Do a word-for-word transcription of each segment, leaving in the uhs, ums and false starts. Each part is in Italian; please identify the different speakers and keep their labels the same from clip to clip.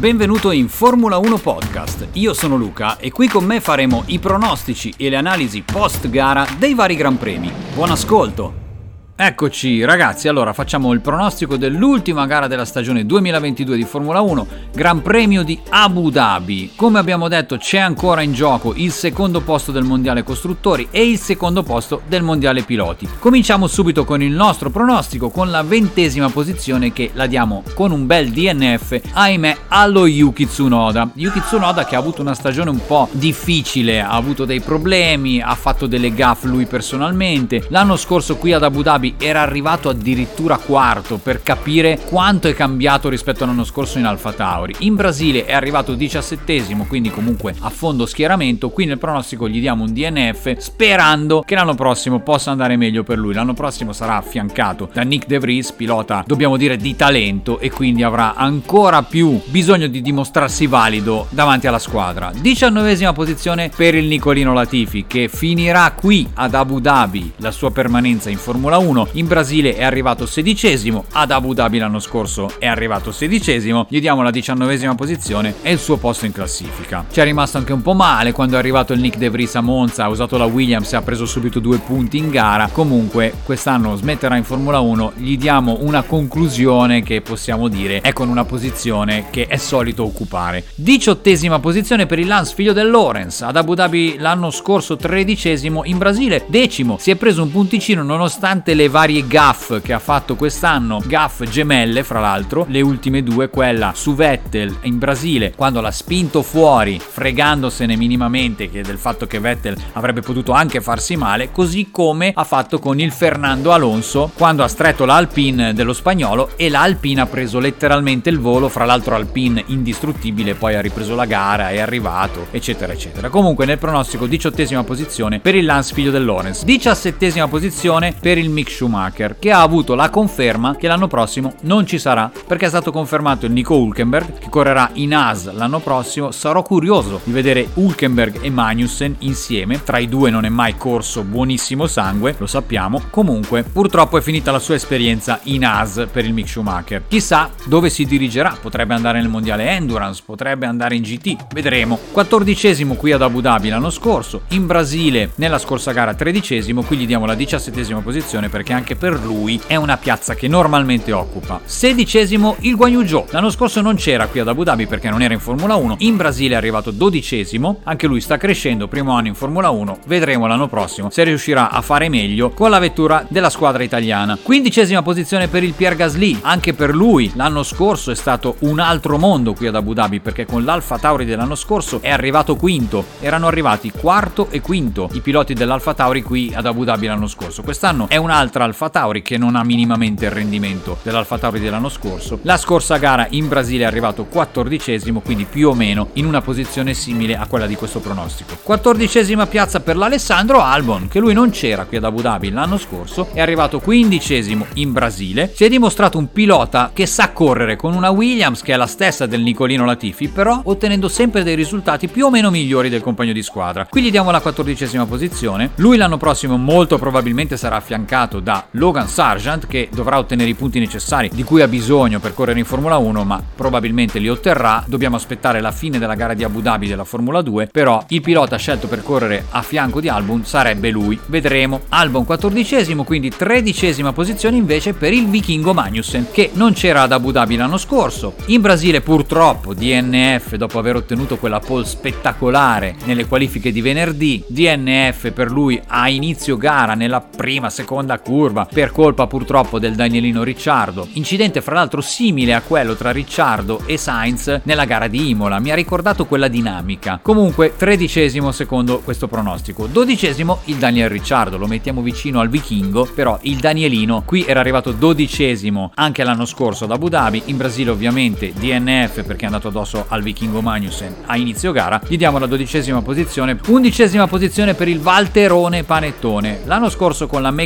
Speaker 1: benvenuto in Formula uno Podcast. Io sono Luca e qui con me faremo i pronostici e le analisi post gara dei vari Gran Premi. Buon ascolto! Eccoci ragazzi, allora facciamo il pronostico dell'ultima gara della stagione duemilaventidue di Formula uno, Gran Premio di Abu Dhabi. Come abbiamo detto c'è ancora in gioco il secondo posto del mondiale costruttori e il secondo posto del mondiale piloti. Cominciamo subito con il nostro pronostico con la ventesima posizione che la diamo con un bel D N F, ahimè, allo Yuki Tsunoda. Yuki Tsunoda che ha avuto una stagione un po' difficile, ha avuto dei problemi, ha fatto delle gaffe lui personalmente. L'anno scorso qui ad Abu Dhabi era arrivato addirittura quarto, per capire quanto è cambiato rispetto all'anno scorso in AlphaTauri. In Brasile è arrivato diciassettesimo, quindi comunque a fondo schieramento. Qui nel pronostico gli diamo un D N F sperando che l'anno prossimo possa andare meglio per lui. L'anno prossimo sarà affiancato da Nick De Vries, pilota dobbiamo dire di talento, e quindi avrà ancora più bisogno di dimostrarsi valido davanti alla squadra. diciannovesima posizione per il Nicolino Latifi, che finirà qui ad Abu Dhabi la sua permanenza in Formula uno. In Brasile è arrivato sedicesimo, ad Abu Dhabi l'anno scorso è arrivato sedicesimo, gli diamo la diciannovesima posizione e il suo posto in classifica. Ci è rimasto anche un po' male quando è arrivato il Nick De Vries a Monza, ha usato la Williams e ha preso subito due punti in gara. Comunque quest'anno smetterà in Formula uno, gli diamo una conclusione che possiamo dire è con una posizione che è solito occupare. diciottesima posizione per il Lance, figlio del Lawrence, ad Abu Dhabi l'anno scorso tredicesimo, in Brasile decimo, si è preso un punticino nonostante le varie gaffe che ha fatto quest'anno, gaffe gemelle fra l'altro, le ultime due, quella su Vettel in Brasile quando l'ha spinto fuori fregandosene minimamente che del fatto che Vettel avrebbe potuto anche farsi male, così come ha fatto con il Fernando Alonso quando ha stretto la Alpine dello spagnolo e la Alpine ha preso letteralmente il volo, fra l'altro Alpine indistruttibile, poi ha ripreso la gara, è arrivato eccetera eccetera. Comunque nel pronostico diciottesima posizione per il Lance, figlio del Lawrence. diciassettesima posizione per il Mick Schumacher, che ha avuto la conferma che l'anno prossimo non ci sarà, perché è stato confermato il Nico Hülkenberg che correrà in Haas l'anno prossimo. Sarò curioso di vedere Hülkenberg e Magnussen insieme, tra i due non è mai corso buonissimo sangue, lo sappiamo. Comunque purtroppo è finita la sua esperienza in Haas per il Mick Schumacher, chissà dove si dirigerà, potrebbe andare nel mondiale Endurance, potrebbe andare in G T, vedremo. quattordicesimo qui ad Abu Dhabi l'anno scorso, in Brasile nella scorsa gara tredicesimo, qui gli diamo la diciassettesima posizione perché anche per lui è una piazza che normalmente occupa. sedicesimo il Guan Yu Zhou, l'anno scorso non c'era qui ad Abu Dhabi perché non era in Formula uno, in Brasile è arrivato dodicesimo, anche lui sta crescendo, primo anno in Formula uno, vedremo l'anno prossimo se riuscirà a fare meglio con la vettura della squadra italiana. quindicesima posizione per il Pierre Gasly, anche per lui l'anno scorso è stato un altro mondo qui ad Abu Dhabi perché con l'AlphaTauri dell'anno scorso è arrivato quinto, erano arrivati quarto e quinto i piloti dell'AlphaTauri qui ad Abu Dhabi l'anno scorso. Quest'anno è un'altra AlphaTauri che non ha minimamente il rendimento dell'AlphaTauri dell'anno scorso. La scorsa gara in Brasile è arrivato quattordicesimo, quindi più o meno in una posizione simile a quella di questo pronostico. quattordicesima piazza per l'Alessandro Albon, che lui non c'era qui ad Abu Dhabi l'anno scorso, è arrivato quindicesimo in Brasile. Si è dimostrato un pilota che sa correre con una Williams che è la stessa del Nicolino Latifi, però ottenendo sempre dei risultati più o meno migliori del compagno di squadra. Qui gli diamo la quattordicesima posizione. Lui l'anno prossimo molto probabilmente sarà affiancato da Logan Sargent, che dovrà ottenere i punti necessari di cui ha bisogno per correre in Formula uno, ma probabilmente li otterrà. Dobbiamo aspettare la fine della gara di Abu Dhabi della Formula due, però il pilota scelto per correre a fianco di Albon sarebbe lui, vedremo. Albon quattordicesimo, quindi tredicesima posizione invece per il vichingo Magnussen, che non c'era ad Abu Dhabi l'anno scorso. In Brasile purtroppo D N F dopo aver ottenuto quella pole spettacolare nelle qualifiche di venerdì, D N F per lui a inizio gara nella prima seconda curva per colpa purtroppo del Danielino Ricciardo, incidente fra l'altro simile a quello tra Ricciardo e Sainz nella gara di Imola, mi ha ricordato quella dinamica. Comunque tredicesimo secondo questo pronostico. Dodicesimo il Daniel Ricciardo, lo mettiamo vicino al vichingo, però il Danielino qui era arrivato dodicesimo anche l'anno scorso ad Abu Dhabi. In Brasile ovviamente D N F perché è andato addosso al vichingo Magnussen a inizio gara, gli diamo la dodicesima posizione. Undicesima posizione per il Valterone Panettone, l'anno scorso con la Mega Mercedes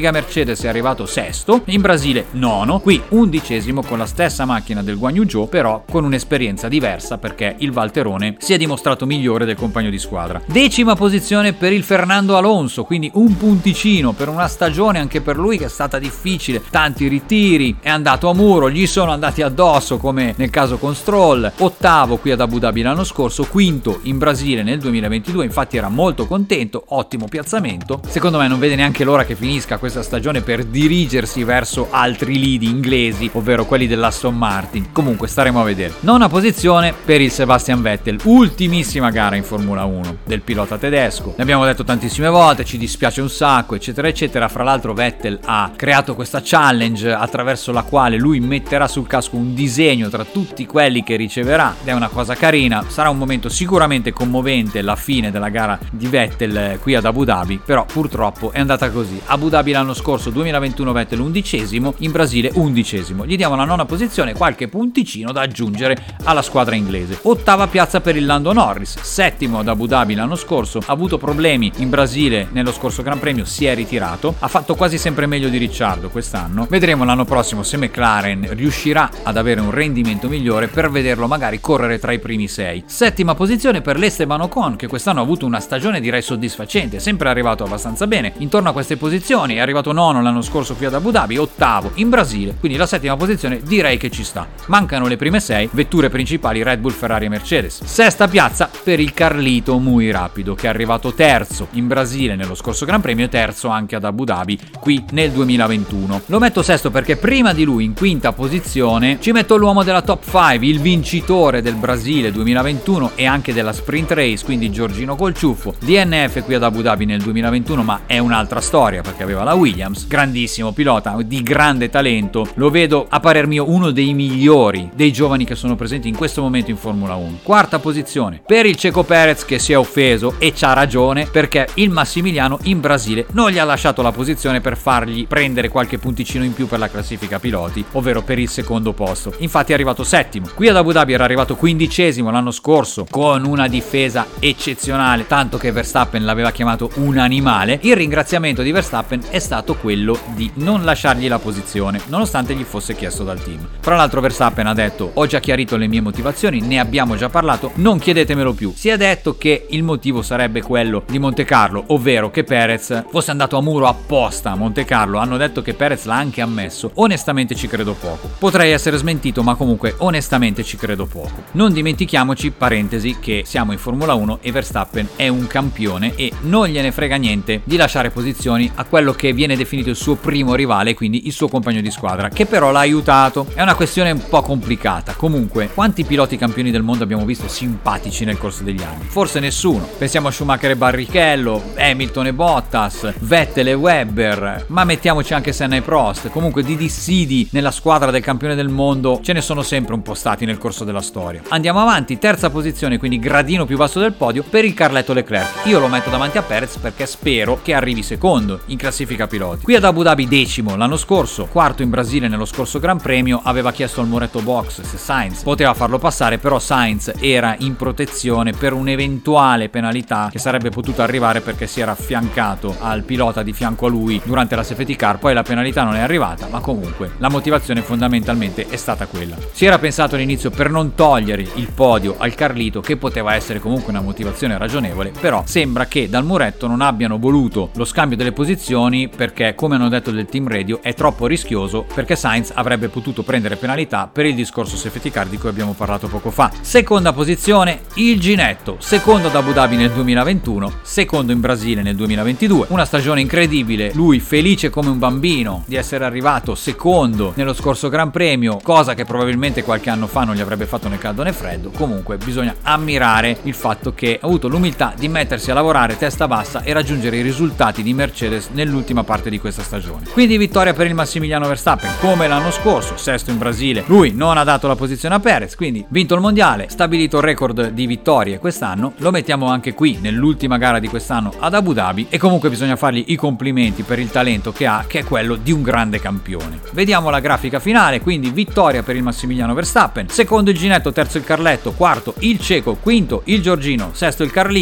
Speaker 1: Mercedes è arrivato sesto, in Brasile nono, qui undicesimo con la stessa macchina del Guan Yu Zhou, però con un'esperienza diversa perché il Valterone si è dimostrato migliore del compagno di squadra. Decima posizione per il Fernando Alonso, quindi un punticino per una stagione anche per lui che è stata difficile, tanti ritiri, è andato a muro, gli sono andati addosso come nel caso con Stroll. Ottavo qui ad Abu Dhabi l'anno scorso, quinto in Brasile nel duemilaventidue, infatti era molto contento, ottimo piazzamento. Secondo me non vede neanche l'ora che finisca questa stagione per dirigersi verso altri lidi inglesi, ovvero quelli dell'Aston Martin. Comunque staremo a vedere. Nona posizione per il Sebastian Vettel, ultimissima gara in Formula uno del pilota tedesco. Ne abbiamo detto tantissime volte, ci dispiace un sacco, eccetera eccetera. Fra l'altro Vettel ha creato questa challenge attraverso la quale lui metterà sul casco un disegno tra tutti quelli che riceverà, ed è una cosa carina. Sarà un momento sicuramente commovente la fine della gara di Vettel qui ad Abu Dhabi, però purtroppo è andata così. Abu Dhabi l'anno scorso duemilaventuno Vettel undicesimo, in Brasile undicesimo, gli diamo la nona posizione, qualche punticino da aggiungere alla squadra inglese. Ottava piazza per il Lando Norris, settimo ad Abu Dhabi l'anno scorso, ha avuto problemi in Brasile nello scorso Gran Premio, si è ritirato, ha fatto quasi sempre meglio di Ricciardo quest'anno. Vedremo l'anno prossimo se McLaren riuscirà ad avere un rendimento migliore per vederlo magari correre tra i primi sei. Settima posizione per l'Esteban Ocon, che quest'anno ha avuto una stagione direi soddisfacente, sempre arrivato abbastanza bene intorno a queste posizioni, è arrivato nono l'anno scorso qui ad Abu Dhabi, ottavo in Brasile, quindi la settima posizione direi che ci sta. Mancano le prime sei vetture principali Red Bull, Ferrari e Mercedes. Sesta piazza per il Carlito Muy Rapido, che è arrivato terzo in Brasile nello scorso Gran Premio e terzo anche ad Abu Dhabi qui nel duemilaventuno. Lo metto sesto perché prima di lui in quinta posizione ci metto l'uomo della top cinque, il vincitore del Brasile duemilaventuno e anche della Sprint Race, quindi Giorgino Colciuffo, D N F qui ad Abu Dhabi nel duemilaventuno, ma è un'altra storia perché aveva la Williams, grandissimo pilota di grande talento, lo vedo a parer mio uno dei migliori dei giovani che sono presenti in questo momento in Formula uno. Quarta posizione per il Checo Perez, che si è offeso e c'ha ragione perché il Massimiliano in Brasile non gli ha lasciato la posizione per fargli prendere qualche punticino in più per la classifica piloti, ovvero per il secondo posto. Infatti è arrivato settimo. Qui ad Abu Dhabi era arrivato quindicesimo l'anno scorso con una difesa eccezionale, tanto che Verstappen l'aveva chiamato un animale. Il ringraziamento di Verstappen è stato quello di non lasciargli la posizione nonostante gli fosse chiesto dal team. Fra l'altro Verstappen ha detto: ho già chiarito le mie motivazioni, ne abbiamo già parlato, non chiedetemelo più. Si è detto che il motivo sarebbe quello di Monte Carlo, ovvero che Perez fosse andato a muro apposta a Monte Carlo. Hanno detto che Perez l'ha anche ammesso, onestamente ci credo poco. Potrei essere smentito, ma comunque onestamente ci credo poco. Non dimentichiamoci, parentesi, che siamo in Formula uno e Verstappen è un campione e non gliene frega niente di lasciare posizioni a quello che viene definito il suo primo rivale, quindi il suo compagno di squadra, che però l'ha aiutato. È una questione un po' complicata. Comunque, quanti piloti campioni del mondo abbiamo visto simpatici nel corso degli anni? Forse nessuno. Pensiamo a Schumacher e Barrichello, Hamilton e Bottas, Vettel e Webber, ma mettiamoci anche Senna e Prost. Comunque di dissidi nella squadra del campione del mondo ce ne sono sempre un po' stati nel corso della storia. Andiamo avanti, terza posizione, quindi gradino più basso del podio per il Carletto Leclerc. Io lo metto davanti a Perez perché spero che arrivi secondo in classifica piloti. Qui ad Abu Dhabi decimo l'anno scorso, quarto in Brasile nello scorso Gran Premio, aveva chiesto al muretto box se Sainz poteva farlo passare, però Sainz era in protezione per un'eventuale penalità che sarebbe potuta arrivare perché si era affiancato al pilota di fianco a lui durante la safety car. Poi la penalità non è arrivata, ma comunque la motivazione fondamentalmente è stata quella. Si era pensato all'inizio per non togliere il podio al Carlito, che poteva essere comunque una motivazione ragionevole, però sembra che dal muretto non abbiano voluto lo scambio delle posizioni perché, come hanno detto del team radio, è troppo rischioso, perché Sainz avrebbe potuto prendere penalità per il discorso safety car di cui abbiamo parlato poco fa. Seconda posizione il Ginetto, secondo ad Abu Dhabi nel duemilaventuno, secondo in Brasile nel duemilaventidue, una stagione incredibile, lui felice come un bambino di essere arrivato secondo nello scorso Gran Premio, cosa che probabilmente qualche anno fa non gli avrebbe fatto né caldo né freddo. Comunque bisogna ammirare il fatto che ha avuto l'umiltà di mettersi a lavorare testa bassa e raggiungere i risultati di Mercedes nell'ultima parte di questa stagione. Quindi vittoria per il Massimiliano Verstappen come l'anno scorso, sesto in Brasile, lui non ha dato la posizione a Perez, quindi vinto il mondiale, stabilito il record di vittorie quest'anno, lo mettiamo anche qui nell'ultima gara di quest'anno ad Abu Dhabi, e comunque bisogna fargli i complimenti per il talento che ha, che è quello di un grande campione. Vediamo la grafica finale, quindi vittoria per il Massimiliano Verstappen, secondo il Ginetto, terzo il Carletto, quarto il Checo, quinto il Giorgino, sesto il Carlito,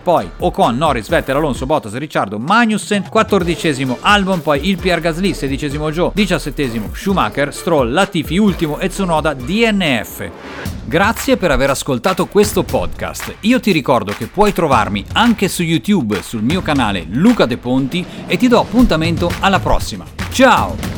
Speaker 1: poi Ocon, Norris, Vettel, Alonso, Bottas, Ricciardo, Magnussen, quattordicesimo Albon, poi il Pierre Gasly, sedicesimo Zhou, diciassettesimo Schumacher, Stroll, Latifi ultimo e Tsunoda D N F. Grazie per aver ascoltato questo podcast. Io ti ricordo che puoi trovarmi anche su YouTube sul mio canale Luca De Ponti e ti do appuntamento alla prossima. Ciao!